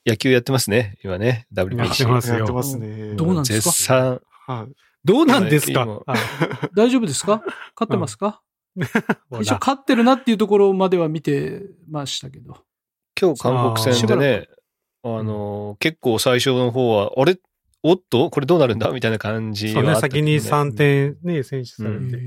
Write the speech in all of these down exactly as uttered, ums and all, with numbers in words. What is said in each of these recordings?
野球やってますね、今ね。ダブリュービーシー。 やってますよ。 やってますね。 どうなんですか？ 絶賛。 はい。 どうなんですか？ 今はい大丈夫ですか？勝ってますか？ ほら一応勝ってるなっていうところまでは見てましたけど。 今日韓国戦でね、あのー、結構最初の方は、あれおっとこれどうなるんだみたいな感じそうね、 はあったけどね。 先にさんてんね、選出されうて。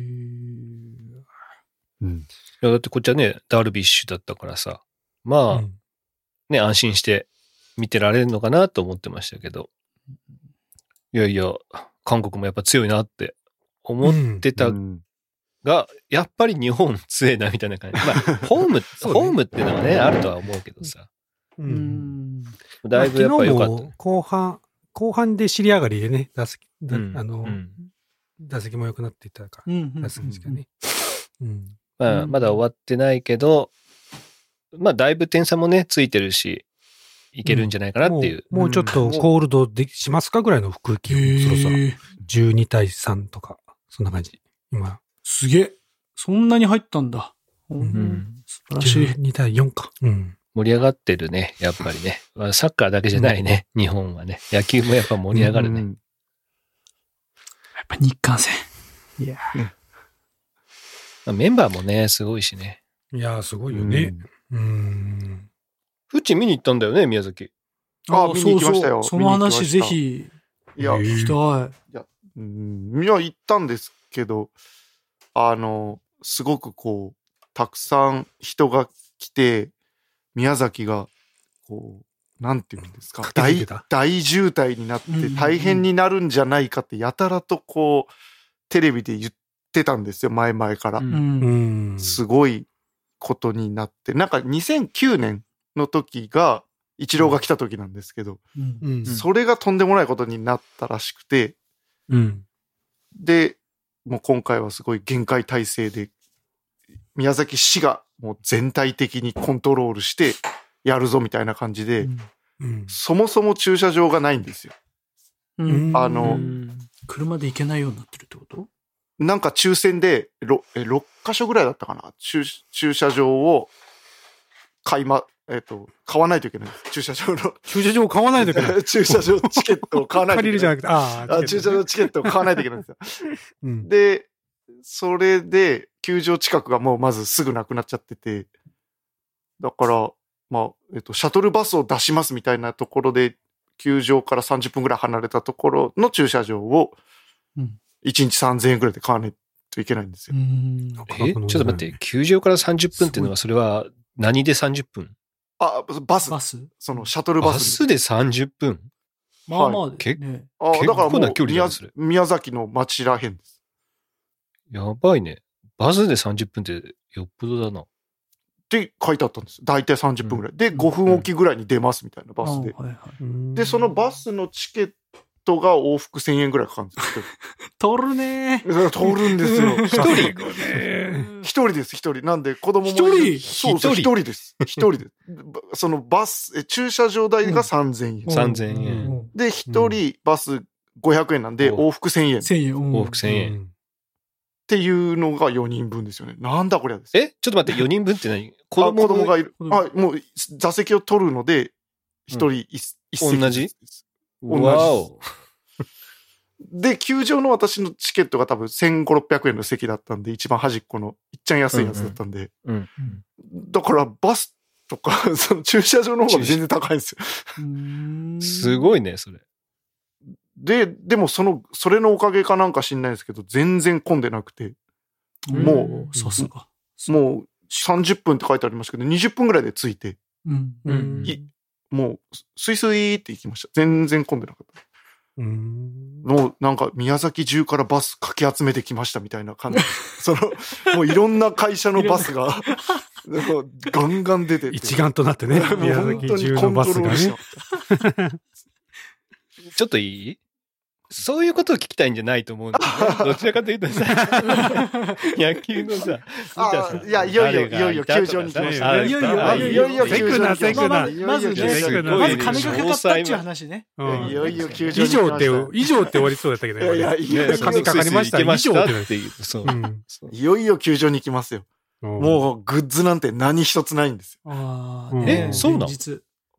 うん。 いや、だってこっちはね、ダルビッシュだったからさ、まあ、 うんね、安心して見てられるのかなと思ってましたけど、いやいや、韓国もやっぱ強いなって思ってたうんが、やっぱり日本強いなみたいな感じ。まあ、ホーム、 そうねホームっていうのはね、あるとは思うけどさ、 ううんん。 だいぶやっぱ良かったまあ昨日も。後半、後半で尻上がりでね、打席、だうんあの、 うん打席も良くなっていったから、 うんうん打席ですかね。うん。 まあ、 うんまだ終わってないけど、まあ、だいぶ点差もね、ついてるし、いけるんじゃないかなっていう。 もうもうちょっとコールドでしますかぐらいの空気を、そろそろ。 へーじゅうにたいさんとか、そんな感じ。今、 すげえ。そんなに入ったんだ。うんん素晴らしい。 じゅうにたいよんか。うん。 盛り上がってるね、やっぱりね。まあサッカーだけじゃないね、日本はね。野球もやっぱ盛り上がるね。 うんやっぱ日韓戦。いやまあメンバーもね、すごいしね。 いやー、すごいよね。うん。 フッチ見に行ったんだよね、宮崎。 あ見に行きましたよそうそうその話ぜ見に行きまひいや、 へー聞きたい。 うん、いや、行ったんですけど、あの、すごくこう、たくさん人が来て、宮崎が、こう、なんていうんですか、大駆け抜けた大渋滞になってうんうんうん大変になるんじゃないかって、やたらとこう、テレビで言ってたんですよ、前々から。 うんうんうん。 すごいことになって、なんかにせんきゅうねんの時が、イチローが来た時なんですけど、 うんうん。 それがとんでもないことになったらしくて、 うん。 で、もう今回はすごい限界体制で、宮崎市がもう全体的にコントロールしてやるぞみたいな感じで、 うん。 そもそも駐車場がないんですよ。 うんあの車で行けないようになってるってこと？ なんか抽選で ろ, えろっかしょぐらいだったかな、駐駐車場を買いま、えっ、と、買わないといけないんです。駐車場の。 駐車場を買わないといけない。 駐車場チケットを買わないといけない。 借りるじゃなくて、ああ、 あ駐車場チケットを買わないといけないんですよ。 うん。 で、それで、球場近くがもうまずすぐなくなっちゃってて、だから、まあ、えっと、シャトルバスを出しますみたいなところで、球場からさんじゅっぷんぐらい離れたところの駐車場を、 うんいちにちさんぜんえんぐらいで買わないといけないんですよ。 うんえちょっと待って、球場からさんじゅっぷんっていうのは、それは何でさんじゅっぷん？ あ、バス。 バスそのシャトルバス。 バスでさんじゅっぷん？ まあまあけね。 あ、だからもう結構な距離だ宮ねそれ宮崎の町らへんです。 やばいね。バスでさんじゅっぷんってよっぽどだな。 って書いてあったんです。だいたいさんじゅっぷんぐらい。で、ごふんおきぐらいに出ますみたいなバスであ。はいはいで、そのバスのチケットが往復せんえんぐらいかかるんですよ。 取るねそれ通るんですよ。 一人一人です、一人。なんで子供もいる。 一そうそう、 一人一人です。一人です。そのバス、え駐車場代がさんぜんえん。 さんぜんえ。 うんんで、一人バスごひゃくえんなんでお往復せんえん。っせんえん。 往復せんえん。 ていうのがよにんぶんですよね。なんだこれです。 えちょっと待って、よにんぶんって何？子あ供子供がいる。 子供はい、もう座席を取るので、一人一一席同じずつです同じですわお。 で、球場の私のチケットが多分せんごひゃく、ろっぴゃくえんの席だったんで、一番端っこの、いっちゃん安いやつだったんで。 うん。 だから、バスとか、その駐車場の方が全然高いんですよ。 うんすごいね、それ。 で、でもその、それのおかげかなんか知んないですけど、全然混んでなくて、もう、さすが。 もうさんじゅっぷんって書いてありますけど、にじゅっぷんぐらいで着いて、 うん。 うんいもう、スイスイって行きました。全然混んでなかった。 うん。 もうなんか宮崎中からバスかき集めてきましたみたいな感じ。その、もういろんな会社のバスが、もうガンガン出てて。 一丸となってね、 もう宮本当崎中にコントロのバスがールしてねま。 ちょっといい？そういうことを聞きたいんじゃないと思うんだよね。どちらかというとさ、野球のさ、 あいやいよいよいよいよ球場に来ましたあいよいよあいよいよいよセクなセクなまあまずね、 セクなまず金がかかったっていう話ね。 うんいよいよ球場以に来ました。 上って、以上って終わりそうだったけどね。 いやいやいやね金かかりました行けました以上っていう。そう。 うんいよいよ球場に行きますよ。 ももうグッズなんて何一つないんですよ。 ああ、 うんねえそうなの現実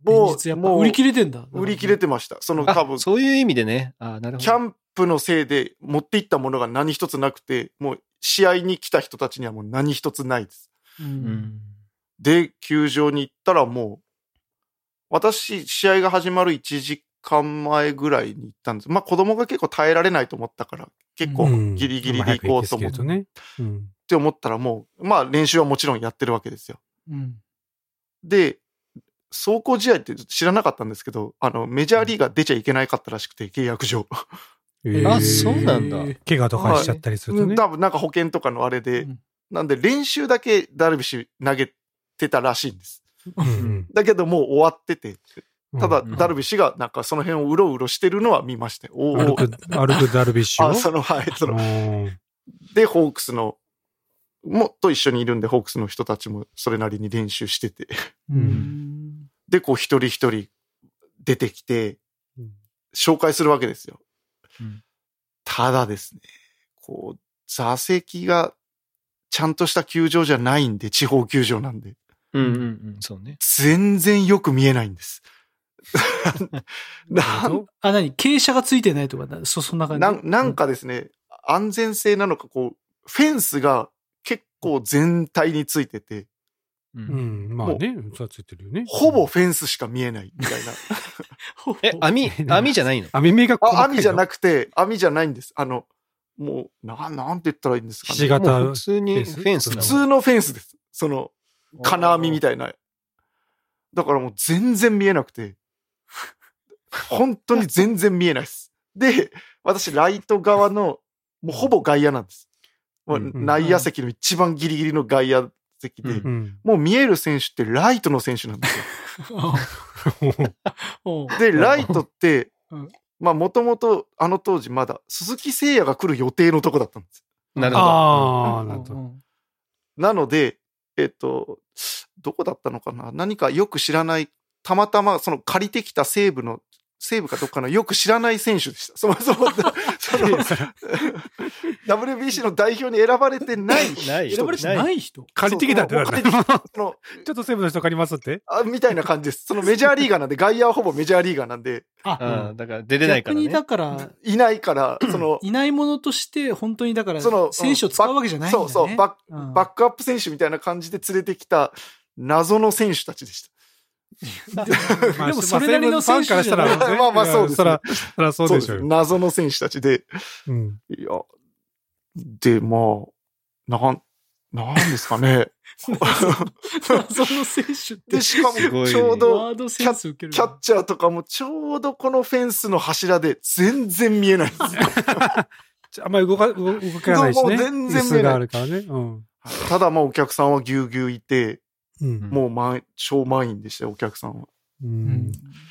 も現実やう、もう、 っぱ売り切れてんだ。 売り切れてました。そのあ多分、 そういう意味でね。あなるほど。 キャンプのせいで持っていったものが何一つなくて、もう試合に来た人たちにはもう何一つないです。 う。 うんん。 で、球場に行ったらもう、私、試合が始まるいちじかんまえぐらいに行ったんです。まあ子供が結構耐えられないと思ったから、結構ギリギリで行こうと思って、 ね。うんって思ったらもう、まあ練習はもちろんやってるわけですよ。 うん。 で、走行試合って知らなかったんですけど、あの、メジャーリーガー出ちゃいけないかったらしくて、契約上。 えーあそうなんだ怪我とかしちゃったりするとね。 多分なんか保険とかのあれで、 うんなんで練習だけダルビッシュ投げてたらしいんです。 うんだけどもう終わってて、 うんただうんダルビッシュがなんかその辺をうろうろしてるのは見ましたよ。おー歩く、歩くダルビッシュを。 あ、その、はい、その、 うんで、ホークスの、も、と一緒にいるんで、ホークスの人たちもそれなりに練習してて。 ううんん。 で、こう一人一人出てきて、 うん紹介するわけですよ。 うんただですね、こう、座席がちゃんとした球場じゃないんで、地方球場なんで、 うんうんうん。そうね。 全然よく見えないんです。なあ、何傾斜がついてないとか、そ、そんな感じなんなんかですね、安全性なのか、こう、フェンスが結構全体についてて、 う。 うんん、まあね、それはついてるよね。 ほぼフェンスしか見えないみたいな。 え、網、網じゃないの？ 網目が細かいあ、 の網じゃなくて、網じゃないんです。あの、もう、な、なんて言ったらいいんですかね。 ひし形。 もう普通にフェンスなの。 普通のフェンスです。その、金網みたいな。だからもう全然見えなくて、本当に全然見えないです。で、私、ライト側の、もうほぼ外野なんです。もううん内野席の一番ギリギリの外野席で、 うんうん。 もう見える選手ってライトの選手なんですよ。 おうで、ライトってうん、 まあもともとあの当時まだ鈴木誠也が来る予定のとこだったんです。 なるほど。 ああ、なるほど。 うんなので、えっと、どこだったのかな、何かよく知らない、たまたまその借りてきた西武の、西武かどっかのよく知らない選手でした。そもそも、その、ダブリュービーシー の代表に選ばれてない人。 ない選ばれてない人借りてきたってなるそうそうもう借りてきたそのちょっと西武の人借りますってあみたいな感じです。そのメジャーリーガーなんで、外野はほぼメジャーリーガーなんで、 あ、 うん。だから出れないからね。 逆にだから、 いないから、その、 いないものとして、本当にだから、 その選手を使うわけじゃないんだね。 そうそう、バック、 うんバックアップ選手みたいな感じで連れてきた謎の選手たちでした。 まあでもそれなりの選手じゃないファンからしたらねまあまあそうですねいやそら、そらそうでしょうよ。 謎の選手たちで、 うん。 いや、で、まあ、なん、なんですかね。 謎の選手ってで、。しかも、 すごいちょうど、 ワードセンス受けるキャッチャーとかもちょうどこのフェンスの柱で全然見えないんですよ。 ちょあんまり動か、動動かないしね。 もう全然見えない椅子があるからね。うん。 ただまあお客さんはぎゅうぎゅういて、 うん。 もう満超満員でしたよ、お客さんは。 ううんん。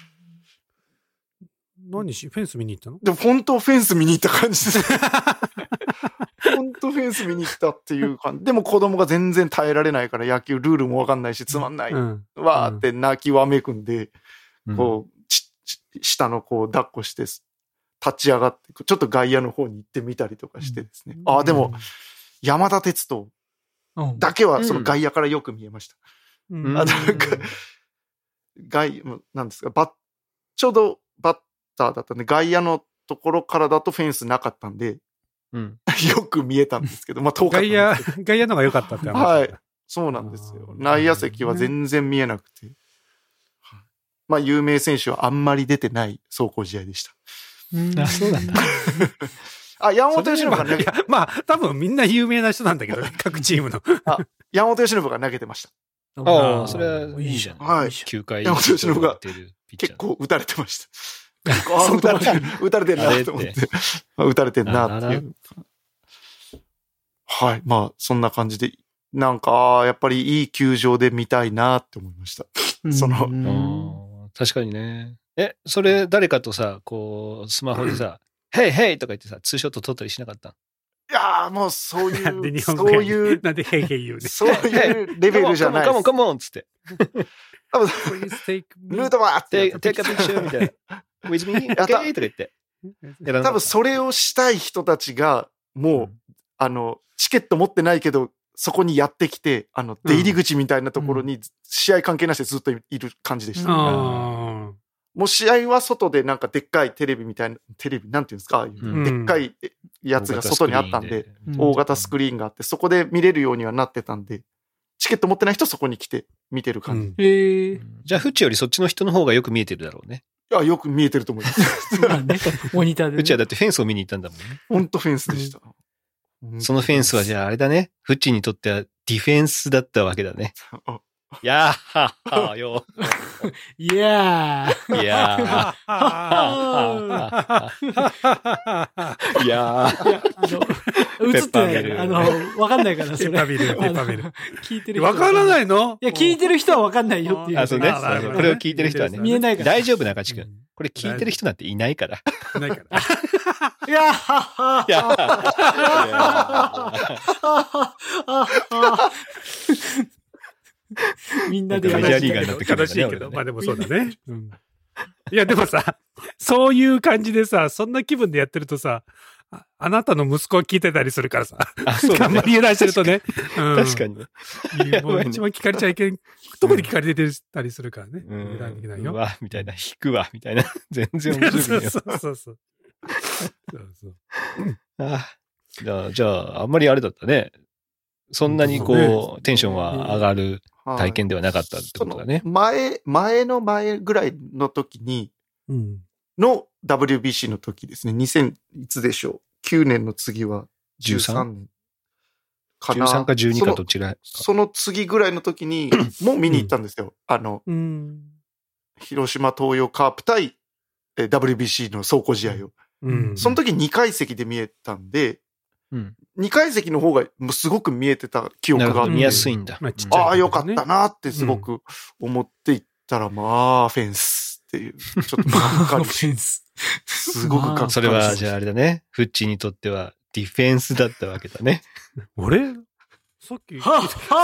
何し、フェンス見に行ったのでも本当フェンス見に行った感じです。本当フェンス見に行ったっていう感じ。でも子供が全然耐えられないから野球ルールもわかんないしつまんない。 うん。 わーって泣きわめくんで、 うんこう、ちち下の子を抱っこして、立ち上がって、ちょっと外野の方に行ってみたりとかしてですね。ああ、でも、山田哲人うんだけはその外野からよく見えました。 うん、 うんあなんか外、なんですか、バッ、ちょうどバッターだったんで、外野のところからだとフェンスなかったんで、 うん。 よく見えたんですけど、まあ遠かったん外野ですけど。、 外野の方が良かったって話。 はい。そうなんですよ。 あー内野席は全然見えなくて。はいまあ、有名選手はあんまり出てない走行試合でした。 うんあ、そうなんだ。 あ、山本由伸が投げ、 いや、まあ、多分みんな有名な人なんだけどね、各チームの。 山本由伸が投げてました。 ああ、それはいいじゃん。 はいきゅうかい山本由伸が出るピッチャー結構打たれてました。あ打たれてる、打たれてんなと思って。あ打たれてんなっていう。はい。まあ、そんな感じで、なんか、ああやっぱりいい球場で見たいなって思いました。そのうんあー確かにね。え、それ誰かとさ、こう、スマホでさ、ヘイヘイとか言ってさ、ツーショット撮ったりしなかったいやーもうそういなんでう、 日本語そういう、 なんでヘイヘイ言うね。 そういうレベルじゃないカモンです。 カモンカモンつって。 多分 Please take ヌ me ートバーって take, take a picture みたいな。with me? やった Okay? とか言って。やらなかった多分それをしたい人たちが、もう、 うんあの、チケット持ってないけど、 そこにやってきて、あの、出入り口みたいなところに、試合関係なしでずっといる感じでした。 あもう試合は外でなんかでっかいテレビみたいな、テレビなんていうんですか、 うんでっかいやつが外にあったんで、 うん大型スクリーンがあって、そこで見れるようにはなってたんで、チケット持ってない人そこに来て見てるあ。う感じ。 ん。 へえ。 じゃあ、フッチよりそっちの人の方がよく見えてるだろうね。 いや、よく見えてると思います。 まあね、モニターでね。 フッチはだってフェンスを見に行ったんだもんね。 ほんとフェンスでした。 そのフェンスはじゃああれだね。フッチにとってはディフェンスだったわけだね。 あいやーはっはよ。 いやー。 いやー。いやー。 いや、あの、映ってないから、あの、わかんないから、それ。 ペッパーミル、ペッパーミル。 聞いてる人。 わからないいのいや、聞いてる人はわかんないよっていう。 あ、そうね。 あなるほどねこれを聞いてる人はね。 見えないから。 大丈夫、中地君。これ聞いてる人なんていないから。 ないから。 いやははいやみんなでメジャーリーガーになってくるんだね悲しいけど、 俺ねまあでもそうだね。うんいや、でもさ、そういう感じでさ、そんな気分でやってるとさ、ああなたの息子は聞いてたりするからさ、 あ、そうあだねんまり油断してるとね。 確かにね。 に。もう一番聞かれちゃいけん。どこで聞かれてたりするからね。 う油断できないよ。 んうわ、みたいな。引くわ、みたいな。全然面白くないよ。 そうそうそうそう。そうそうあじゃあ、じゃあ、あんまりあれだったね。そんなにそうこう、テンションは上がるはい体験ではなかったってことだね。 その前、前の前ぐらいの時に、 うん。 の ダブリュービーシー の時ですね。にせん、いつでしょう。きゅうねんの次はじゅうさんねんかな。 じゅうさんかじゅうにかどちらか。 その次ぐらいの時に、もう見に行ったんですよ。あの、 うん。 広島東洋カープ対えー ダブリュービーシー の壮行試合を。 うん。 その時にかい席で見えたんで、 うん。 にかい席の方がもうすごく見えてた記憶があって、 なるほど。見やすいんだ。 まあちっちゃいああ、よかったなってすごく思っていったら、まあ、フェンスっていう、ちょっとがっかりフしェンス。 すごくがっかりしそれは、じゃああれだね。フッチにとってはディフェンスだったわけだね。 俺さっき。 はっ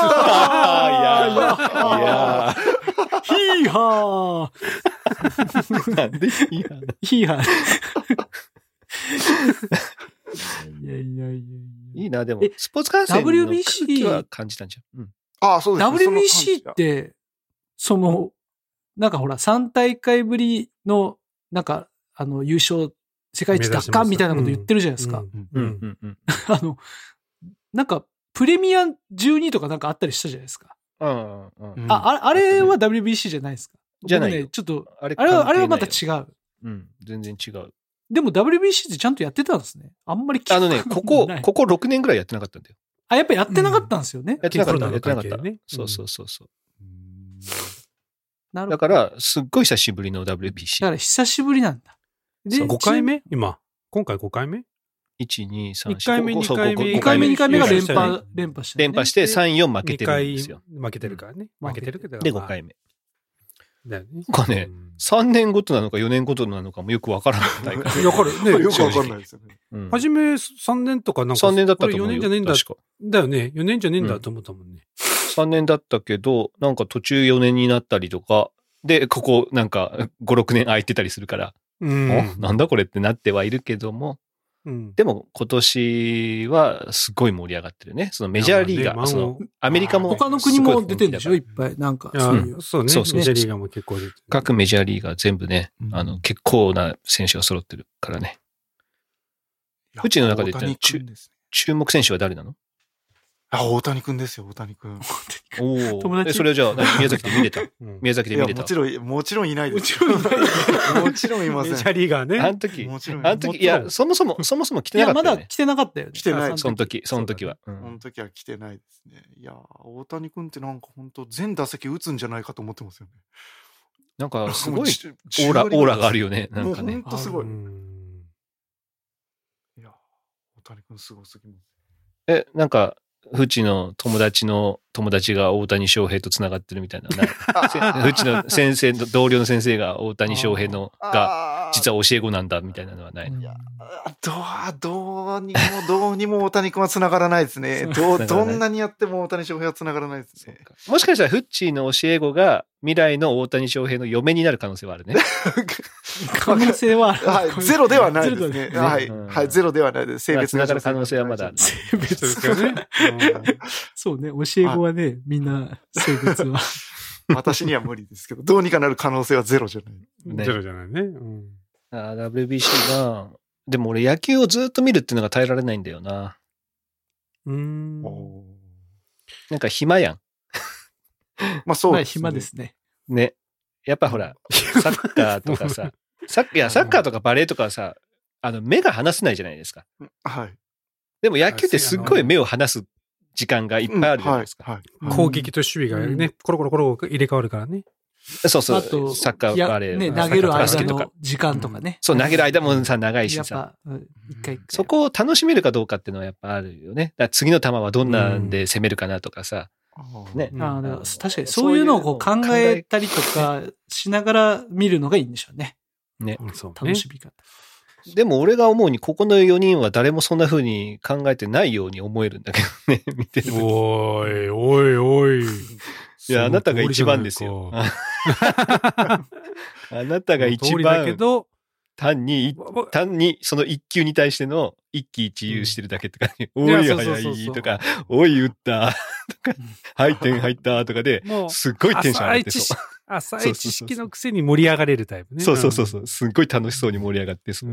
はーいやー。ヒーハー。 なんでいやヒーハー。いやいやいやいや。 いいな、でもえ、 スポーツ観戦のダブリュービーシー空気は感じたんじゃん。うん。 ああ、そうですね。 ダブリュービーシーその感じだって、その、なんかほら、さん大会ぶりの、なんか、あの、優勝、世界一奪還みたいなこと言ってるじゃないですか。 うんうん、うん、うん。 あの、なんか、プレミアじゅうにとかなんかあったりしたじゃないですか。 うん、うん。 うんあ、あれあれは ダブリュービーシー じゃないですか。 じゃないよ僕ね、ちょっと、 あれあれは、あれはまた関係違う。 ないようん、全然違う。 でも ダブリュービーシー ってちゃんとやってたんですね。あんまり聞あのね、ここない、 こころくねんぐらいやってなかったんだよ。 あ、やっぱやってなかったんですよね。 やってなかった、 コロナのやってなかった関係でね。 そうそうそうそう。 なるほど。 だから、すっごい久しぶりの ダブリュービーシー。 だから久しぶりなんだ。でそうごかいめ今。今回ごかいめいち、に、さん、 いっかいめそうにかいめご ?にかいめ、にかいめが連優勝覇、連覇したね。 連覇してさん、よん負け ?にてるん回ですよ。 負けてるからね。 うん負けてるけど。 で、ごかいめ。 だよね。 なんかねうんさんねんごとなのかよねんごとなのかもよくわからない大会。 いや、これね、 よくわかんないですよね。 うんはじめさんねんとかなんか。 さんねんだったとこれ思うよ。 よねんじゃねえんだ。 確か。 だよね。よねんじゃねえんだと思ったもんね。 さんねんだったけど、なんか途中よねんになったりとか、で、ここなんかご、ろくねん空いてたりするから、 うんおなんだこれってなってはいるけども、 うん。 でも今年はすごい盛り上がってるね。そのメジャーリーガー、 まあねそのアメリカも他の国も出てるんでしょいっい。 ぱい。なんか、 いやそういう。 そうね。 そうそうそうメジャーリーガーも結構出てる。 各メジャーリーガー全部ね、 うんあの、結構な選手が揃ってるからね。うちの中で言ったら大谷君ですね。 注目選手は誰なの？ あ、大谷君ですよ、大谷君。 おお。 友達え、それはじゃあ、何宮崎で見れたうん宮崎いや、 で見れたもちろん、もちろんいないです。 もちろんいない。 もちろんいませんメジャー。リーガーね。 あの時、 もちろんあの時、いや、そもそも、そもそも来ていや、 なかったよね。 まだ来てなかったよね。 来てないあその時、その時は。うこのん時は来てないですね。いやー、大谷君ってなんか本当全打席打つんじゃないかと思ってますよね。 なんか、すごいもうじオーラ、オーラがあるよね。なんもうかね本。当すごい。いうんやー、大谷君すごすぎます。 え、なんか、フチの友達の友達が大谷翔平と繋がってるみたいな。なうちの先生の、同僚の先生が大谷翔平のが、実は教え子なんだみたいなのはない。 いや、どう、どうにも、どうにも大谷君は繋がらないですね。どう、どんなにやっても大谷翔平は繋がらないですね。 もしかしたらフッチーの教え子が未来の大谷翔平の嫁になる可能性はあるね。 可能性はある。 はい、ゼロではないですね。 ゼロはい、 うん、 はい、ゼロではないです。性別が繋がる可能性はまだある。 性別ですよね。 そうね、教え子はね、みんな性別は。 私には無理ですけど、どうにかなる可能性はゼロじゃない。 ね、ゼロじゃないね。うん、 あ ダブリュービーシー が、でも俺野球をずっと見るっていうのが耐えられないんだよな。 うーん。 なんか暇やん。 まあそうですね。 暇ですね。 ね。やっぱほら、サッカーとかさ、サッいや、サッカーとかバレーとかはさ、あの、目が離せないじゃないですか。 はい。 でも野球ってすっごい目を離す時間がいっぱいあるじゃないですか。 うんはいはい、 攻撃と守備がね、うん、コロコロコロ入れ替わるからね。 そうそう。 あと、 サッカーバレー。 ね、投げる間の時間とかね。 そう、投げる間もさ、長いしさ。 やっぱ、一回一回そこを楽しめるかどうかっていうのはやっぱあるよね。だから次の球はどんなんで攻めるかなとかさ。 うん、 ね。 ああ、確かにそういうのをこう考えたりとかしながら見るのがいいんでしょうね。 ね。 楽しみ方。 でも俺が思うに、ここのよにんは誰もそんな風に考えてないように思えるんだけどね、見てる。 おい、おい、おい。 いや、あなたが一番ですよ。あなたが一番。だけど、単に、単にその一球に対しての一喜一憂してるだけとか、ね、うん、おい、早いとか、おい、打ったとか、はい、点入ったとかで、すっごいテンション上がってそう。 浅い知識のくせに盛り上がれるタイプね。 そうそうそうそう。すっごい楽しそうに盛り上がってそう。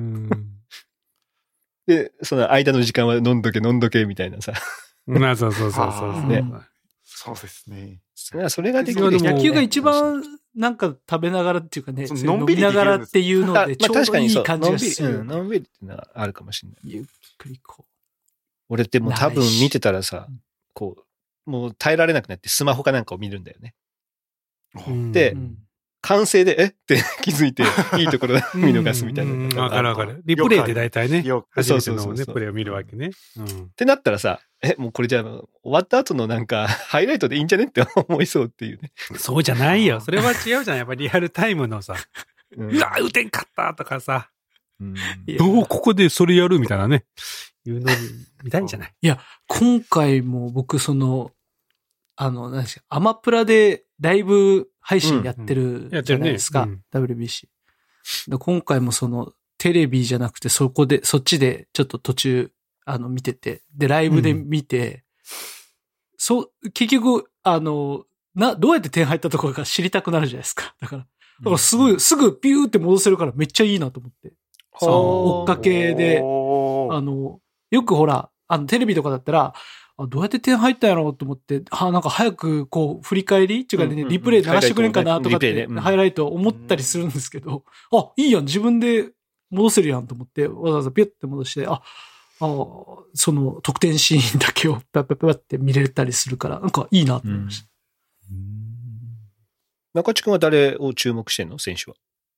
で、その間の時間は飲んどけ飲んどけみたいなさ。 まあ、そうそうそうそう。 ね。 そうですね。 それができる。 野球が一番なんか食べながらっていうかね、飲みながらっていうのでちょうどいい感じがする。 のんびりっていうのはあるかもしれない。 ゆっくりこう。 俺でも多分見てたらさ、こう、もう耐えられなくなってスマホかなんかを見るんだよね。で、うん、完成で、えって気づいて、いいところ見逃すみたいな。 わかるわかる。リプレイで大体ね、初めてのね、プレイを見るわけね。 うん、ってなったらさ、え、もうこれじゃあ、終わった後のなんか、ハイライトでいいんじゃねって思いそうっていうね。 そうじゃないよ。それは違うじゃん。やっぱりリアルタイムのさ、うん、うわ、打てんかったとかさ、うん、おここでそれやるみたいなね、いうの見たいんじゃない？ いや、今回も僕その、あの、何ですか、アマプラでライブ配信やってるじゃないですか、うんうんねうん、ダブリュービーシー。で今回もその、テレビじゃなくて、そこで、そっちでちょっと途中、あの、見てて、で、ライブで見て、うん、そう、結局、あの、な、どうやって点入ったところか知りたくなるじゃないですか。だから、だからすぐ、うん、すぐピューって戻せるからめっちゃいいなと思って。その追っかけで、あの、よくほら、あの、テレビとかだったら、あどうやって点入ったんやろうと思って、はなんか早くこう振り返りっていうかね、リプレイ流してくれんかなとかって、ハイライト思ったりするんですけど、あ、いいやん、自分で戻せるやんと思って、わざわざピュッて戻して、あ、あその得点シーンだけをパッパッパッって見れたりするから、なんかいいなと思いました。うん、 中地君は誰を注目してんの選手は。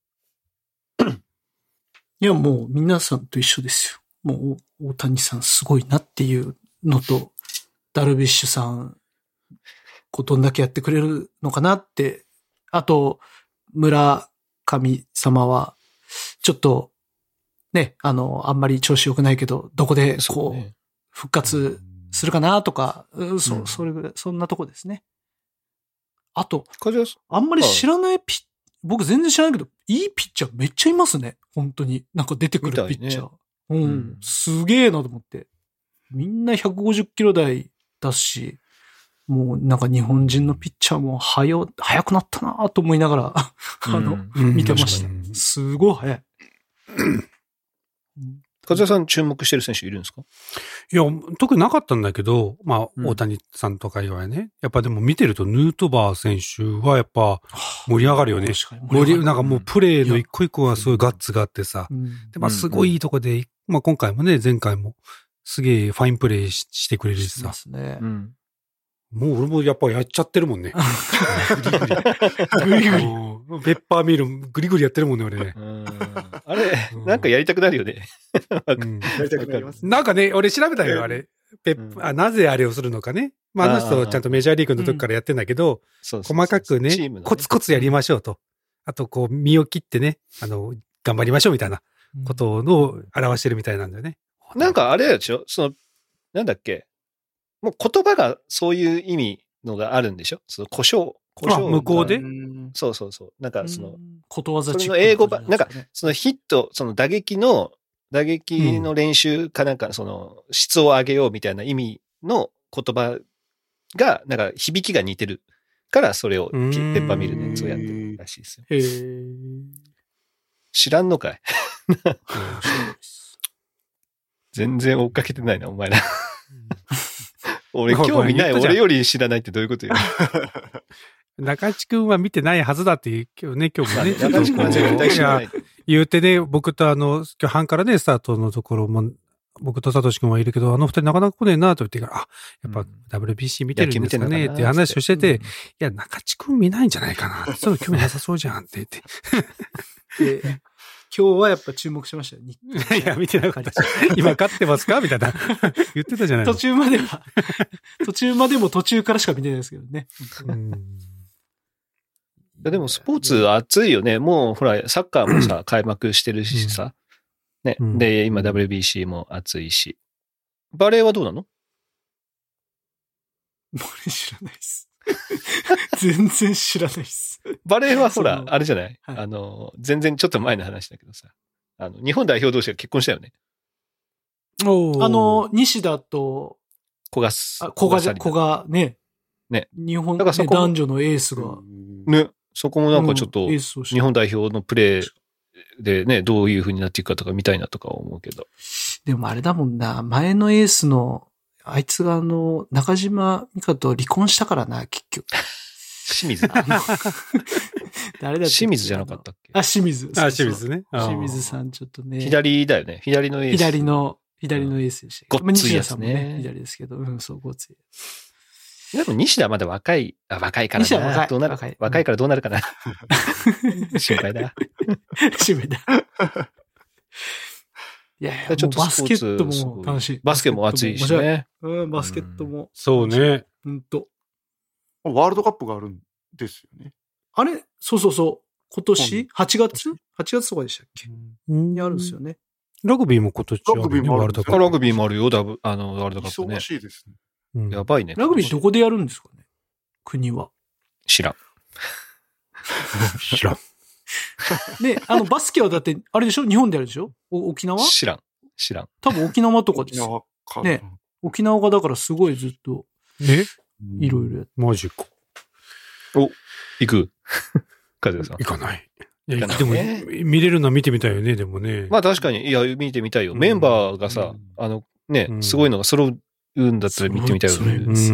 いや、もう皆さんと一緒ですよ。もう大谷さんすごいなっていうのと、ダルビッシュさん、こうどんだけやってくれるのかなって、あと、村神様は、ちょっと、ね、あの、あんまり調子良くないけど、どこでこう、復活するかなとか、うん、そ、それぐらい、そんなとこですね。あと、あんまり知らないピッ、僕全然知らないけど、いいピッチャーめっちゃいますね。本当に。なんか出てくるピッチャー。ね、うん、うん。すげえなと思って。みんなひゃくごじゅっキロ台だし、もうなんか日本人のピッチャーも早、早くなったなと思いながら、あの、うん、見てました。すごい早い。 和田さん注目してる選手いるんですか？ いや、特になかったんだけど、まあ、大谷さんとか以外ね。やっぱでも見てるとヌートバー選手はやっぱ盛り上がるよね。盛り、なんかもうプレーの一個一個がすごいガッツがあってさ。で、まあすごいいいとこで、まあ今回もね、前回もすげえファインプレー し, してくれるしさ。ですね。うん、もう俺もやっぱやっちゃってるもんね。グリグリ。グリグリ。ペッパーミルグリグリやってるもんね、俺ね。 あれ、なんかやりたくなるよね。 うん、やりたくなります。 なんかね、俺調べたよ、あれ。ペッパー、あ、なぜあれをするのかね。 まあ、あの人ちゃんとメジャーリーグの時からやってんだけど、うん、細かくね、ねコツコツやりましょうと。あと、こう、身を切ってね、あの、頑張りましょうみたいなことを表してるみたいなんだよね。 うん、なんかあれでしょその、なんだっけもう言葉がそういう意味のがあるんでしょその故障。故障向こうでそうそうそう。なんかその、 ことわざチック。その英語版、なんか、そのヒット、その打撃の、打撃の練習かなんか、その、質を上げようみたいな意味の言葉が、なんか響きが似てるから、それをペッパーミルのやつをやってるらしいですよ。 へー。 知らんのかい全然追っかけてないな、お前ら。俺興味ない、俺より知らないってどういうことよ。 中地くんは見てないはずだっていう、今日ね、今日もね。 中地くんは絶対知らない。 言うてね、僕とあの、今日半からね、スタートのところも、僕とサトシくんはいるけど、あの二人なかなか来ねえなと言ってから、あ、やっぱ ダブリュービーシー 見てるんですかねっていう話をしてて、いや、中地くん見ないんじゃないかな。そういうの興味なさそうじゃんって言って。 で今日はやっぱ注目しましたよ。 いや、見てなかったし。今勝ってますかみたいな。言ってたじゃない途中までは、途中までも途中からしか見てないですけどね。うんでもスポーツ熱いよね。もうほら、サッカーもさ、開幕してるしさ。ね。で、今 ダブリュービーシー も熱いし。バレーはどうなの？ バレー知らないっす。全然知らないっす。 バレーはほら、あれじゃない、はい、あの、全然ちょっと前の話だけどさ。あの、日本代表同士が結婚したよね。 おあの、西田と、 古賀、 古賀じゃ、古賀ね。 ね。 日本、ね、男女のエースが。 ね。そこもなんかちょっと、日本代表のプレーでね、どういう風になっていくかとか見たいなとか思うけど。 でもあれだもんな、前のエースの、あいつがあの、中島美嘉と離婚したからな、結局。 清水誰だっけ清水じゃなかったっけあ、清水。 あ、清水ね。 清水さんちょっとね。 左だよね。左のエース。 左の、左のエースでした。 ごっついやつね。 西田さんもね、左ですけど、うん、そう、ごっつい。 でも西田はまだ若い、あ、若いからな。 西田若い。 どうなる若い。 若いからどうなるかな。心配だ。 心配だ。いやいや、ちょっとバスケットも楽しい。 バスケも熱いしね。 うん、バスケットも。 そうね。 ほんと。 ワールドカップがあるんですよね。 あれそうそうそう。今年 はちがつ ?はち 月とかでしたっけにあるんですよね。 ラグビーも今年ある、ね。 ラグビーもある。 ラグビーもあるよ、ダブ、あの、ワールドカップね。 忙しいですね。 うん、やばいね。 ラグビーどこでやるんですかね国は。 知らん。 知らん。 で、あの、バスケはだって、あれでしょ日本でやるでしょ沖縄知らん。知らん。 多分沖縄とかです。 沖縄か。 ね。沖縄がだからすごいずっと。 えいろいろやって。 マジか。 お、行くカズヤさん。 行かない。いや、でも、見れるのは見てみたいよね、でもね。 まあ確かに、いや、見てみたいよ。メンバーがさ、あの、ね、すごいのが揃うんだったら見てみたいよね。 うん。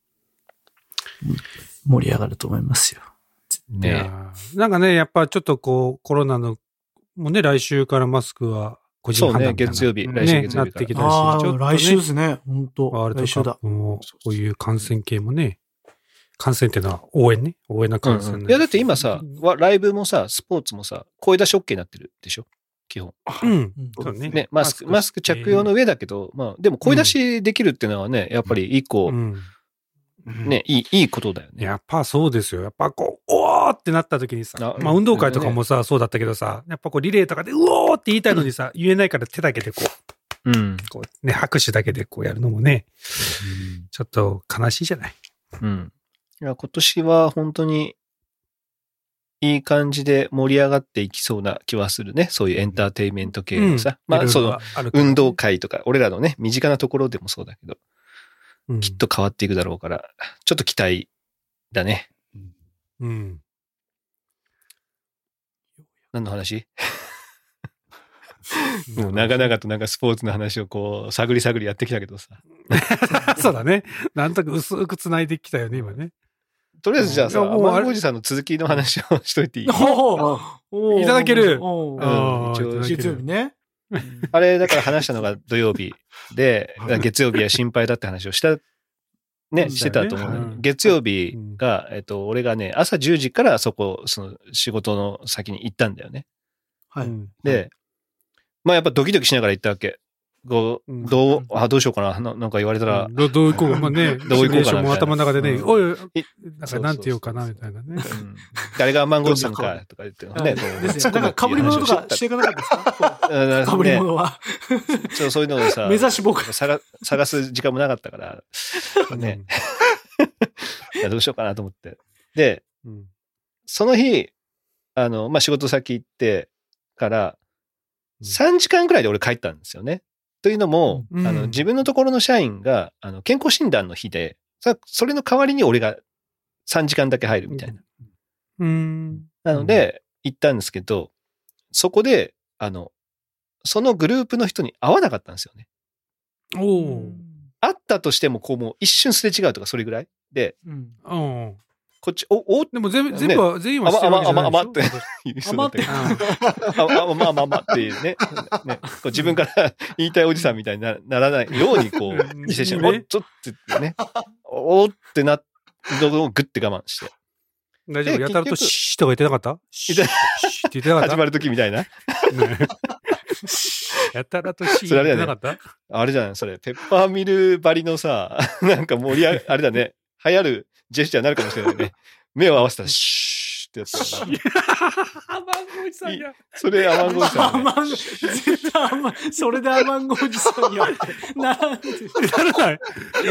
盛り上がると思いますよ。 ね。なんかね、やっぱちょっとこう、コロナの、もうね、来週からマスクは個人判断みたいな。 そうね、月曜日、来週月曜日なってきたし、ちょっと、ね。来週ですね、本当ワールドカップも、こういう感染系もね、感染っていうのは応援ね。応援な感染、 うんうん。いや、だって今さ、ライブもさ、スポーツもさ、声出し OK になってるでしょ基本。 うん。 そうね。ね、マスク、マスク着用の上だけど、まあ、でも声出しできるっていうのはね、やっぱり一個、うんね、いい、いいことだよね。 やっぱそうですよ。やっぱこう、おーってなった時にさ、まあ運動会とかもさ、ね、そうだったけどさ、やっぱこうリレーとかで、うおーって言いたいのにさ、言えないから手だけでこう、うん。こうね、拍手だけでこうやるのもね、うん、ちょっと悲しいじゃない。 うん。いや、今年は本当に、いい感じで盛り上がっていきそうな気はするね。そういうエンターテインメント系のさ。うん、まあ、その、運動会とか、俺らのね、身近なところでもそうだけど、うん、きっと変わっていくだろうから、ちょっと期待だね。うん。何の話もう長々となんかスポーツの話をこう、探り探りやってきたけどさ。 そうだね。なんとか薄く繋いできたよね、今ね。 とりあえずじゃあさ、マンゴージさんの続きの話をしといていい？ おいただける。 うん、月曜日ね。 あれ、だから話したのが土曜日で、月曜日は心配だって話をした、ね、してたと思う、ねうん。月曜日が、えっと、俺がね、朝じゅうじからそこ、その仕事の先に行ったんだよね。 はい。 で、まあやっぱドキドキしながら行ったわけ。 こう、どう、あ、どうしようかな、ななんか言われたら。 どう、どう行こうか、まあね、 どう行こうかな。 も頭の中でね、おい、なんかなんて言おうかな、みたいなね。 誰がアマンゴージさんか、とか言ってね。 なんか被り物とかしていかなかったですか？被り物は。 ちょ、そういうのをさ、 目指し僕。 探す時間もなかったから、ね。どうしようかなと思って。で、その日、あの、まあ、仕事先行ってから、さんじかんくらいで俺帰ったんですよね。というのも、うん、あの自分のところの社員があの健康診断の日で、それの代わりに俺がさんじかんだけ入るみたいな。 うん、 なので、行ったんですけど、そこで、あの、そのグループの人に会わなかったんですよね。 お会ったとしても、こうもう一瞬すれ違うとか、それぐらいで、 うん、 こっち、お、おでも全部、全部は、全員はしてるわけじゃないでしょ。 あま、あま、あまって言う人だったけど。あま、あま、あまっていうね。ね。こう自分から言いたいおじさんみたいにならないように、こう、自制して、おっ、ちょっとね。おってなったのをグッて我慢して。 大丈夫？やたらとシーとか言ってなかった？シーって言ってなかった？ 始まるときみたいな。 やたらとシーって言ってなかった？ あれじゃない、それ。ペッパーミル張りのさ、なんか盛り上が、あれだね。流行るジェスチャーになるかもしれないね。目を合わせたら、シューってやつだな。アマンゴおじさんや。 それアマンゴおじさん、 ね。アマンゴ、絶対アマン、それでアマンゴおじさんやって。なんで。 ならない。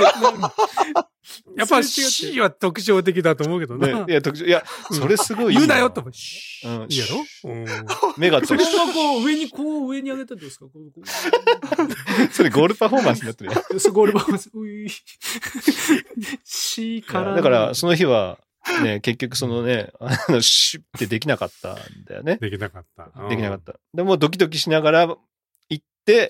やっぱ C は特徴的だと思うけどね。 いや、特徴、いや、それすごいいい。 言うなよと。 うん。 いいやろ？ 目がそのままこう、上に、こう、上に上げたんですか？ それゴールパフォーマンスになってるよ。そう、ゴールパフォーマンス。うい。C から。 だから、その日は、ね、結局そのね、あの、シュッってできなかったんだよね。 できなかった。 できなかった。でも、ドキドキしながら行って、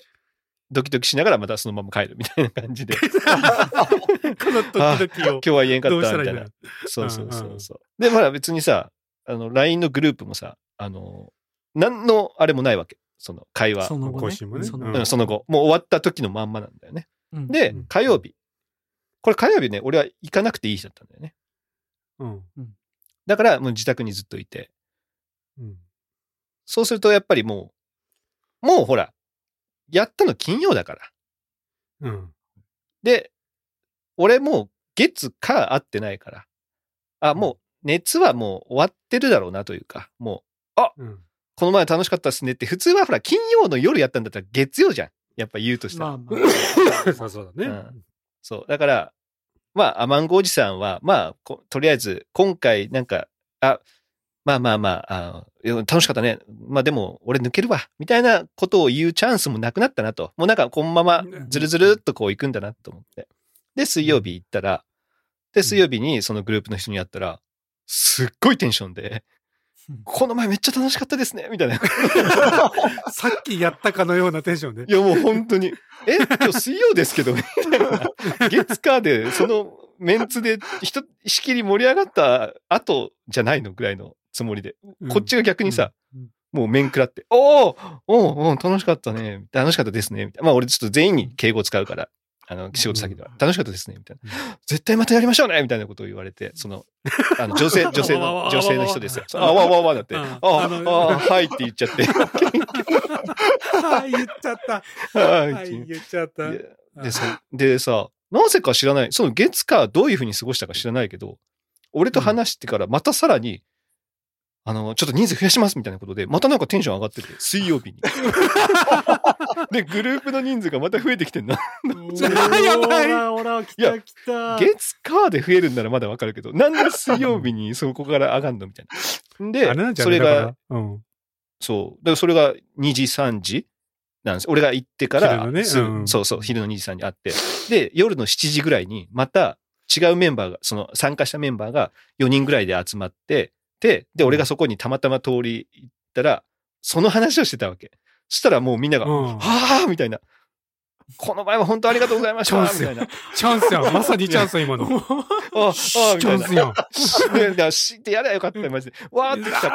ドキドキしながらまたそのまま帰るみたいな感じで。このドキドキを。 今日は言えんかったみたいな。そうそうそうそう。で、まあ別にさ、あの、ライン のグループもさ、あの、何のあれもないわけ。その会話。 その後、ね。 その後。うん、その後。もう終わった時のまんまなんだよね。うん、で、火曜日。これ火曜日ね、俺は行かなくていい日だったんだよね。 うん。 だから、もう自宅にずっといて。 うん。 そうすると、やっぱりもう、もうほら、やったの金曜だから。 うん。 で、俺もう月火会ってないから。あ、もう熱はもう終わってるだろうなというか、もう、あ、うん、この前楽しかったっすねって、普通はほら、金曜の夜やったんだったら月曜じゃん。やっぱ言うとしたら。まあまあ、そうそうだね、 うん。そう。だから、まあ、アマンゴおじさんは、まあ、とりあえず、今回なんか、あ、まあまあまあ、あ楽しかったね。まあでも、俺抜けるわ。みたいなことを言うチャンスもなくなったなと。もうなんか、このまま、ずるずるっとこう行くんだなと思って。で、水曜日行ったら、で、水曜日にそのグループの人に会ったら、すっごいテンションで、この前めっちゃ楽しかったですね。みたいな。 さっきやったかのようなテンションで。 いやもう本当に、え、今日水曜ですけど、みたいな。月火で、そのメンツで、ひとしきり盛り上がった後じゃないのぐらいのつもりで。こっちが逆にさ、うんうん、もう面食らって、おーおーおー楽しかったね。楽しかったですね。みたいな。まあ俺ちょっと全員に敬語を使うから、あの、仕事先では。楽しかったですね。みたいな。絶対またやりましょうねみたいなことを言われて、その、あの、女性、女性の、女性の人ですよ。あわわわだって、ああ、はいって言っちゃって。 はい、言っちゃった。はい、言っちゃった。 でさ、でさ、なぜか知らない。その月かどういうふうに過ごしたか知らないけど、俺と話してからまたさらに、あの、ちょっと人数増やしますみたいなことで、またなんかテンション上がってて、水曜日に。で、グループの人数がまた増えてきてんの。 やばい。 ほら、来た来た。 月火で増えるんならまだわかるけど、なんで水曜日にそこから上がんのみたいな。で、それが、うん、そう。で、それがにじ、さんじなんです。俺が行ってから、 ねうん、 そうそう、昼のにじ、さんじあって、で、夜のしちじぐらいに、また違うメンバーが、その参加したメンバーがよにんぐらいで集まって、で、で、俺がそこにたまたま通り行ったら、その話をしてたわけ。そしたらもうみんなが、うん、はぁーみたいな。この前は本当ありがとうございましたみたいな。 チャンスやん。まさにチャンスや、今の。 あ、あ、みたいな。チャンスやん。で、しってやればよかったよ、マジで。わーって来たから。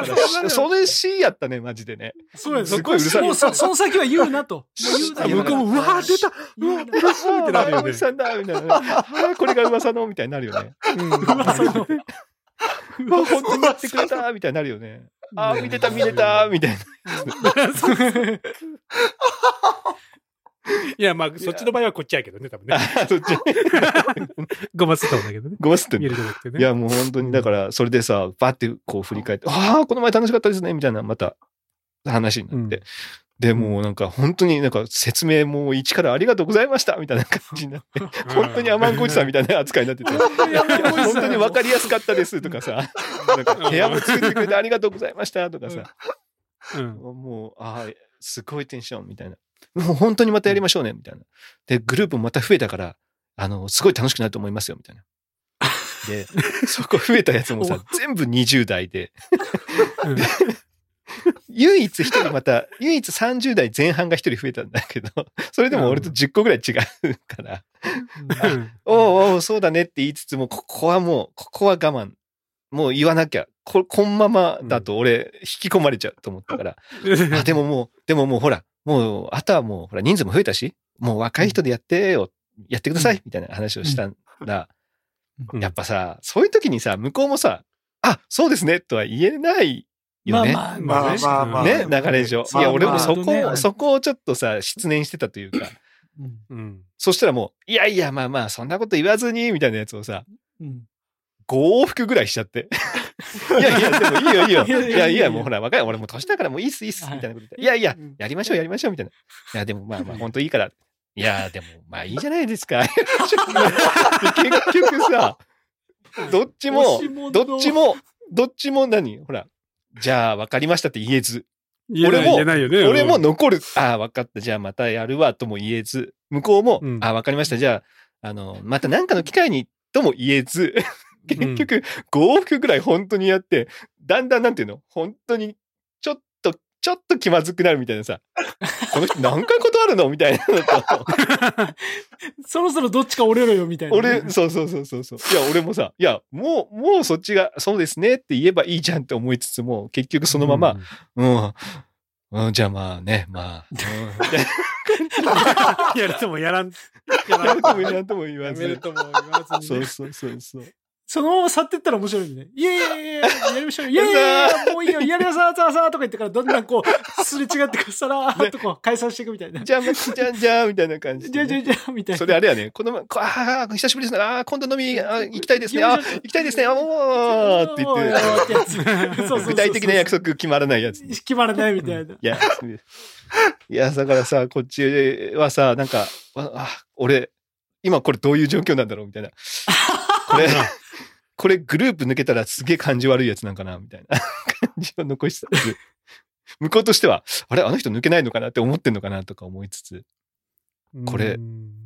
それ C やったね、マジでね。 そうや、 すごいうるさい。 その先は言うなと。 言うな。向こうも、うわー出たうわー嬉しいってなるよね。 さんだみたいな。あこれが噂のみたいになるよね。噂の。本当にやってくれたみたいになるよね。ああ、見てた見てたみたいな。 いや、まあ、そっちの場合はこっちやけどね、多分ね。 あ、そっち。 ごますったんだけどね。 ごますってん見えるじゃなくてね。 いや、もう本当に、だから、それでさ、バってこう振り返って、ああ、この前楽しかったですね、みたいな、また、話になって。うん、で、もうなんか、本当になんか、説明も一からありがとうございました、みたいな感じになって、本当にアマンコチさんみたいな扱いになってて、本当に分かりやすかったですとかさ、なんか、部屋も作ってくれてありがとうございましたとかさ、うん、もう、ああ、すごいテンションみたいな。もう本当にまたやりましょうね、みたいな。で、グループもまた増えたから、あの、すごい楽しくなると思いますよ、みたいな。で、そこ増えたやつもさ、全部にじゅう代で。うん、唯一一人また、唯一さんじゅう代前半が一人増えたんだけど、それでも俺とじゅっこぐらい違うから、うん、おうおう、そうだねって言いつつも、ここはもう、ここは我慢。もう言わなきゃ。こ、こんままだと俺、引き込まれちゃうと思ったから。うん、あ、でももう、でももうほら、もう、あとはもう、ほら、人数も増えたし、もう若い人でやってよ、やってください、みたいな話をしたら、うん、やっぱさ、そういう時にさ、向こうもさ、あ、そうですね、とは言えないよね。 まあまあ、 まあまあまあ。 ね、流れ上。いや、俺もそこを、そこをちょっとさ、失念してたというか、うん、そしたらもう、いやいや、まあまあ、そんなこと言わずに、みたいなやつをさ、うん、ご往復ぐらいしちゃって。いやいや、でもいいよいいよ。いやいや、もうほら、若い、俺も年だからもういいっすいいっす、みたいなこと言って。いやいや、やりましょうやりましょう、みたいな。いや、でもまあまあ、ほんといいから。いや、でもまあいいじゃないですか。結局さ、どっちも、どっちも、どっちも何ほら、じゃあ分かりましたって言えず。俺も、俺も残る。ああ、分かった。じゃあまたやるわ、とも言えず。向こうも、うん、ああ、分かりました。じゃあ、あの、また何かの機会に、とも言えず。結局、ご往復ぐらい本当にやって、だんだんなんていうの本当に、ちょっと、ちょっと気まずくなるみたいなさ、この人何回断るのみたいなのと。 そろそろどっちか折れろよみたいな、 ね。俺、そうそうそうそうそう。いや、俺もさ、いや、もう、もうそっちが、そうですねって言えばいいじゃんって思いつつも、結局そのまま、うん、うんうん、じゃあまあね、まあ、うん、 やるともやらん。 やるともやらんとも言わず。 やるとも言わずに、 ね。そうそうそうそう。 そのまま去ってったら面白いね。いやいやいやいや、やりましょう。いやいやいや、もういいよ、やりなさい、さあさあとか言ってから、どんどんこう、すれ違ってくさらーっとこう、解散していくみたいな。 じゃあ、じゃあ、じゃあ、みたいな感じ、ね。 じゃあ、じゃあ、じゃあ、みたいな。 それあれやね。このま、ああ、久しぶりですね。ああ、今度飲み、あ行きたいですね。あ行きたいですね。あおーって言って。そうそう。具体的な約束決まらないやつ。 決まらないみたいな。いや、いや、だからさ、こっちはさ、なんか、あ、俺、今これどういう状況なんだろうみたいな。これ、これグループ抜けたらすげえ感じ悪いやつなんかなみたいな感じを残した。向こうとしては、あれあの人抜けないのかなって思ってんのかなとか思いつつ、これ、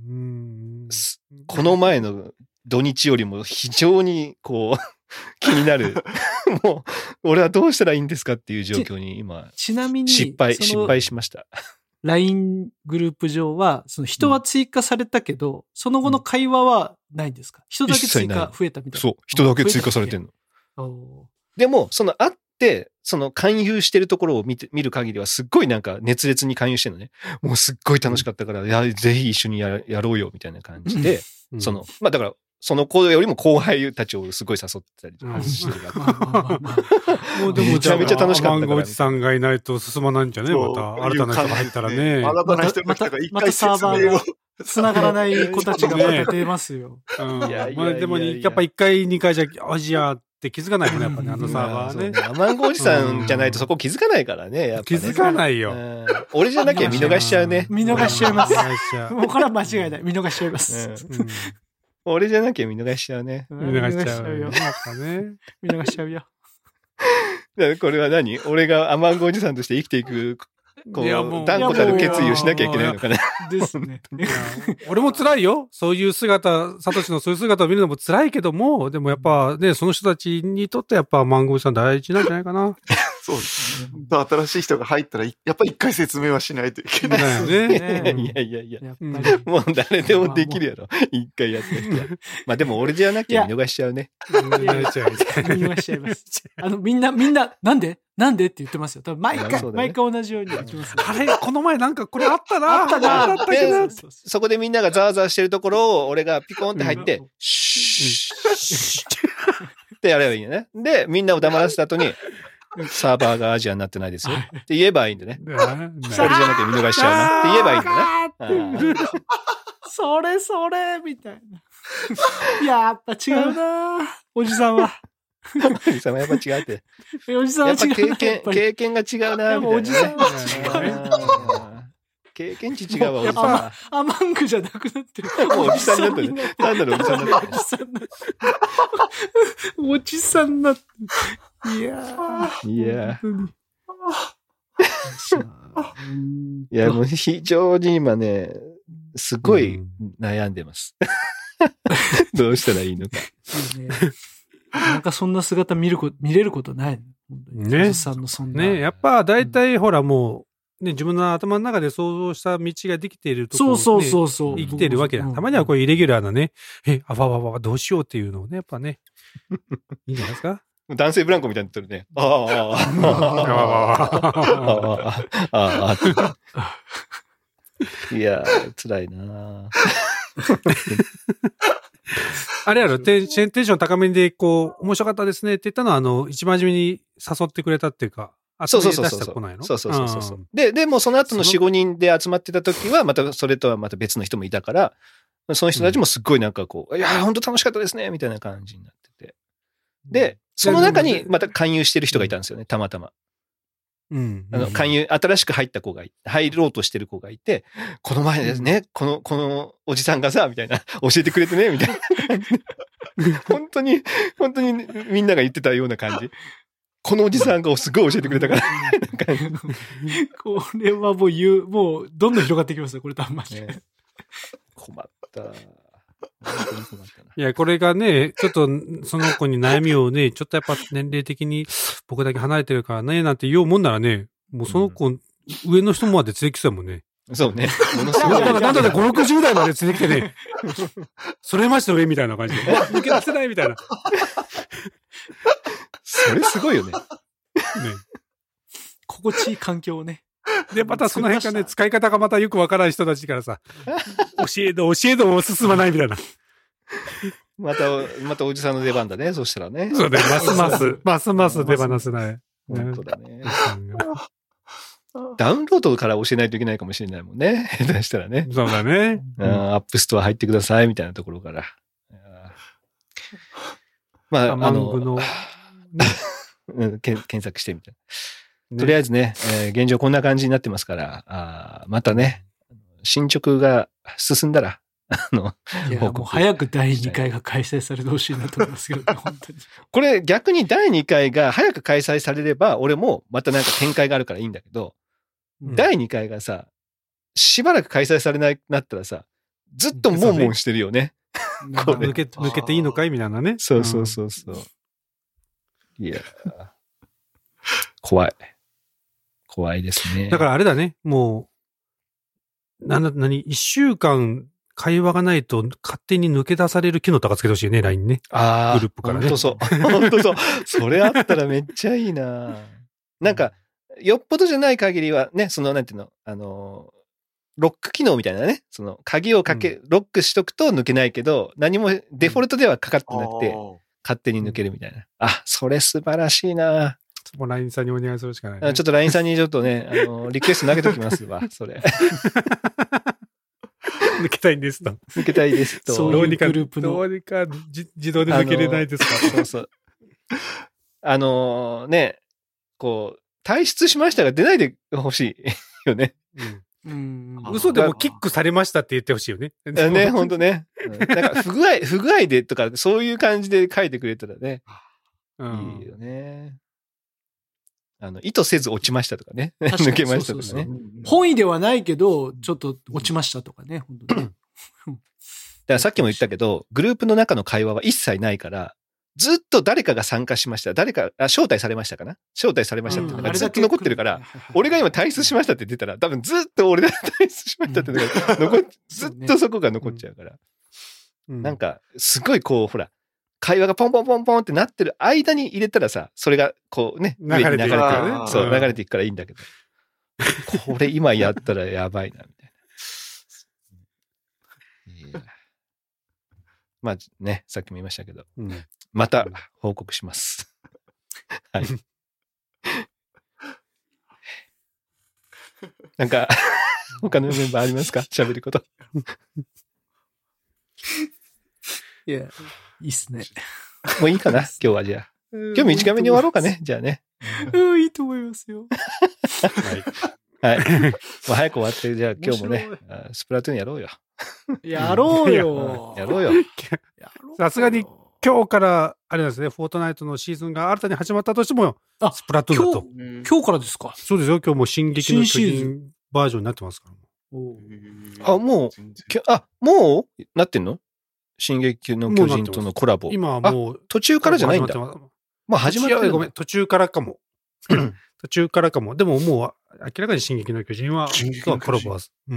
この前の土日よりも非常にこう、気になる。もう、俺はどうしたらいいんですかっていう状況に今、 ちなみに、 失敗、失敗しました。 ライン グループ上は、その人は追加されたけど、うん、その後の会話はないんですか？人だけ追加増えたみたいな。 そう、人だけ追加されてんの。でも、その会って、その勧誘してるところを見て、見る限りはすっごいなんか熱烈に勧誘してるのね。もうすっごい楽しかったから、うん、いや、ぜひ一緒にや、やろうよ、みたいな感じで、うん、その、まあだから、その子よりも後輩たちをすごい誘ってたりとかしてるわけ。もうでもめちゃめちゃ楽しかったから。 マンゴチさんがいないと進まないんじゃねまた。新たな人が入ったらね。 新たな人が来たら一回説明を。またサーバーが繋がらない子たちがまた出ますよ。 うん。いやいやまあでもやっぱ一回二回じゃ、アジアって気づかないもんね、やっぱね、あのサーバーね。 アマンゴチさんじゃないとそこ気づかないからね、やっぱ気づかないよ。 俺じゃなきゃ見逃しちゃうね。 見逃しちゃいます。もうこれは間違いない。見逃しちゃいます。 俺じゃなきゃ見逃しちゃうね。 見逃しちゃうよ。 見逃しちゃうよ。 これは何？俺がアマンゴおじさんとして生きていく、こう、断固たる決意をしなきゃいけないのかな。 ですね。 俺も辛いよ。そういう姿、サトシのそういう姿を見るのも辛いけども、でもやっぱね、その人たちにとってやっぱアマンゴおじさん大事なんじゃないかな。 そうですね。新しい人が入ったら、やっぱり一回説明はしないといけない。 だよね。 いやいやいや。もう誰でもできるやろ。一回やってみたら。まあでも俺じゃなきゃ見逃しちゃうね。 見逃しちゃう。 見逃しちゃいます。あの、みんな、みんな、なんでなんでって言ってますよ。多分毎回、毎回同じように言ってます。 あれこの前なんかこれあったな。 あったな。 あったけど。 そこでみんながザーザーしてるところを俺がピコンって入って、シュッってやればいいよね。で、みんなを黙らせた後に、 サーバーがアジアになってないですよ。って言えばいいんでね。それじゃなきゃ見逃しちゃうな。って言えばいいんだね。 それそれみたいな。やっぱ違うなおじさんは。 おじさんはやっぱ違うって。 おじさんは違うな。 やっぱ経験、経験が違うなみたいな、ね。 おじさんは違う。経験値違うわ、おじさんは。 アマングじゃなくなってる。 もうおじさんになってる。単なるおじさんになってる。 おじさんになってる。いやー。いやー。いや、もう非常に今ね、すごい悩んでます。どうしたらいいのか。 なんかそんな姿見るこ、見れることないのね。おじさんのそんな。ね、やっぱ大体ほらもう、ね、自分の頭の中で想像した道ができているところ、ね、 そうそうそうそう。 生きているわけだ。たまにはこうイレギュラーなね、え、あわわわわ、どうしようっていうのをね、やっぱね、いいんじゃないですか。 男性ブランコみたいになってるね。ああ、ああ、ああ、ああ。いや、辛いなあれやろ、テンション高めで、こう、面白かったですねって言ったのは、あの、一番初めに誘ってくれたっていうか、 そうそうそうそう。そうそうそうそう。で、でもその後のよん、ごにんで集まってた時は、またそれとはまた別の人もいたから、その人たちもすっごいなんかこう、うん、いや、本当楽しかったですね、みたいな感じになってて。で、その中にまた勧誘してる人がいたんですよね、たまたま。うん。あの、勧誘、新しく入った子がいて、入ろうとしてる子がいて、この前ですね、うん、この、このおじさんがさ、みたいな、教えてくれてね、みたいな感じで。本当に、本当にみんなが言ってたような感じ。このおじさんがすごい教えてくれたから。 これはもう言う、もうどんどん広がってきますよ、これとあんまり。ね、 困った。 いや、これがね、ちょっとその子に悩みをね、ちょっとやっぱ年齢的に僕だけ離れてるからね、なんて言おうもんならね、もうその子、うん、上の人まで連れてきたもんね。 そうね。 ものすごい。なんだかご、ろくじゅう代まで連れてきてね、それました上みたいな感じで。抜け出せないみたいな。 それすごいよね。ね。 心地いい環境をね。 で、またその辺がね、使い方がまたよくわからない人たちからさ、教えど、教えども進まないみたいな。 また、またおじさんの出番だね、そしたらね。 そうね、ますます、ますます手放せない。 本当だね。ダウンロードから教えないといけないかもしれないもんね。下手したらね。 そうだね。 うん、アップストア入ってください、みたいなところから。まあ、あの、のうん、検索してみたいな。とりあえずね、えー、現状こんな感じになってますから、あまたね、進捗が進んだら、あの、 いや、もう早くだいにかいが開催されてほしいなと思いますけどね、本当に。 これ逆にだいにかいが早く開催されれば、俺もまたなんか展開があるからいいんだけど、うん、だいにかいがさ、しばらく開催されなくなったらさ、ずっとモンモンしてるよね。 これ抜け、抜けていいのかいみたいなね。 そうそうそうそう。いや、怖い。怖いですね。 だからあれだね、もう、なんだ、なに、一週間会話がないと勝手に抜け出される機能とかつけてほしいね、ライン ね。 ああ。 グループからね。 ほんとそう。ほんとそう。それあったらめっちゃいいななんか、よっぽどじゃない限りはね、その、なんていうの、あの、ロック機能みたいなね、その、鍵をかけ、ロックしとくと抜けないけど、何もデフォルトではかかってなくて、うん、勝手に抜けるみたいな。あ、それ素晴らしいなもう ライン さんにお願いするしかない、ね。 ちょっと ライン さんにちょっとね、あの、リクエスト投げときますわ、それ。 抜けたいんですと。 抜けたいですと。 そういうグループの。 どうにか自動で抜けれないですか。 そうそう。あのー、ね、こう、退出しましたが出ないでほしいよね。 うん。うん、嘘でもキックされましたって言ってほしいよね。 ね、ほんとね。なんか不具合、不具合でとか、そういう感じで書いてくれたらね。うん、いいよね。あの、意図せず落ちましたとかね。抜けましたとかね。そうそうそう本意ではないけど、ちょっと落ちましたとかね。本当に。だからさっきも言ったけど、グループの中の会話は一切ないから、ずっと誰かが参加しました。誰か、あ、招待されましたかな招待されましたっていうのがずっと残ってるから、俺が今退出しましたって出たら、多分ずっと俺が退出しましたっていうのが残っ、ずっとそこが残っちゃうから。なんか、すごいこう、ほら、会話がポンポンポンポンってなってる間に入れたらさ、それがこうね、 流れていくからね。そう、流れていくからいいんだけど。これ今やったらやばいな、みたいな。まあね、さっきも言いましたけど、うん、また報告します。はい。 なんか、他のメンバーありますか？喋ること。 いや、いいっすね。 もういいかな今日はじゃあ。今日短めに終わろうかね。じゃあね。 うん、いいと思いますよ。 はい。はい。もう早く終わって、じゃあ今日もね、スプラトゥーンやろうよ。 やろうよ。 やろうよ。 さすがに今日から、あれなんですね、フォートナイトのシーズンが新たに始まったとしても、あ、スプラトゥーンだと。 今日、今日からですか？ そうですよ。今日もう進撃の巨人バージョンになってますから。 あ、もう、あ、もうなってんの？進撃の巨人とのコラボ。 今はもう、 途中からじゃないんだ。まあ始まってる。 ごめん、途中からかも。途中からかも。でももう、明らかに進撃の巨人は、コラボは、 うん。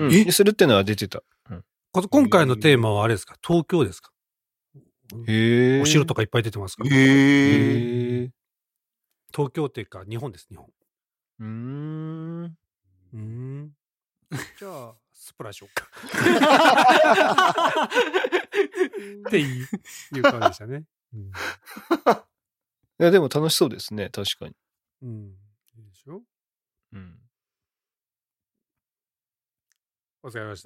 えするってのは出てた。 うん、今回のテーマはあれですか？東京ですか？ へえ。 お城とかいっぱい出てますから。 へえ。 東京っていうか、日本です、日本。 うーん。 うーん。じゃあ、スプラしようか。っていう感じでしたね。うん、いや、でも楽しそうですね、確かに。 うん。いいでしょ？ うん。 お疲れ様でした。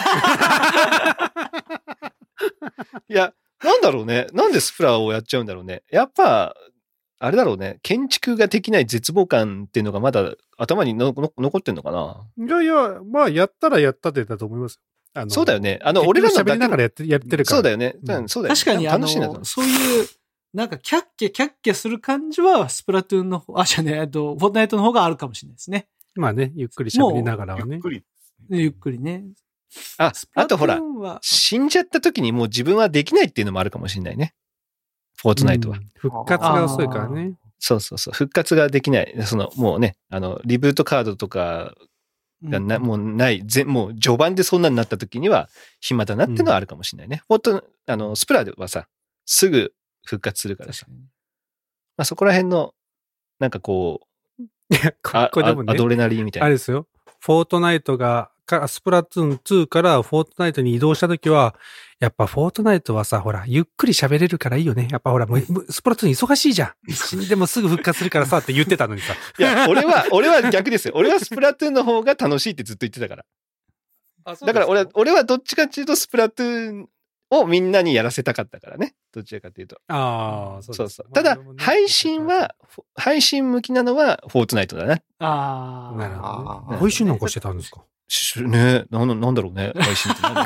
いや、なんだろうね。なんでスプラをやっちゃうんだろうね。やっぱ、あれだろうね。建築ができない絶望感っていうのがまだ頭にのの残ってんのかな。 いやいや、まあ、やったらやったでだと思います。 あのそうだよね。あの、俺らの喋りながらやってやってるから。 そうだよね。うん、そうだよね。 確かに、あの、そういう、なんか、キャッキャキャッキャする感じは、スプラトゥーンの方、あ、じゃね、えっと、フォートナイトの方があるかもしれないですね。 まあね、ゆっくり喋りながらはね。 ゆっくり。 ゆっくりね。 あ、あとほら、死んじゃった時にもう自分はできないっていうのもあるかもしれないね。フォートナイトは。 復活が遅いからね。 そうそうそう。復活ができない。その、もうね、あの、リブートカードとかがな、うん、もうない、ぜもう序盤でそんなになった時には暇だなっていうのはあるかもしれないね。フォート、あの、スプラはさ、すぐ復活するからさ。まあそこら辺の、なんかこう、 いや、これでもね、 アドレナリンみたいな。 あれですよ。フォートナイトが、スプラトゥーンツーからフォートナイトに移動したときは、やっぱフォートナイトはさ、ほら、ゆっくり喋れるからいいよね。やっぱほら、もうスプラトゥーン忙しいじゃん。死んでもすぐ復活するからさって言ってたのにさ。 いや、俺は、俺は逆ですよ。俺はスプラトゥーンの方が楽しいってずっと言ってたから。あ、そうだから俺は、俺はどっちかっていうとスプラトゥーンをみんなにやらせたかったからね。どちらかというと。 ああ、そうそうそう。ただ、配信は、配信向きなのはフォートナイトだな。 ああ。 なるほどね。配信なんかしてたんですか？ ねえ、なん、なんだろうね、配信って何だ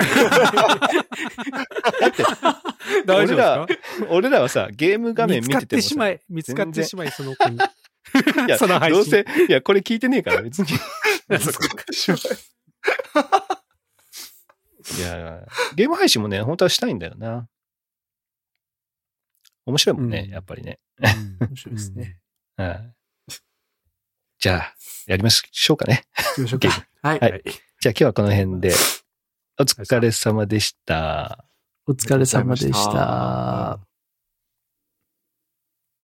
って、俺ら、俺らはさ、ゲーム画面見ててもさ。 見つかってしまい、見つかってしまい、その子に。いや、その配信。どうせ、いや、これ聞いてねえから、別に。見つかってしまい。いや、ゲーム配信もね、本当はしたいんだよな。面白いもんね、うん、やっぱりね。 うん、面白いですね。 はい。じゃあ、やりましょうかね。 やりましょうか。はい。 はい。じゃあ今日はこの辺で、お疲れ様でした。 お疲れ様でした。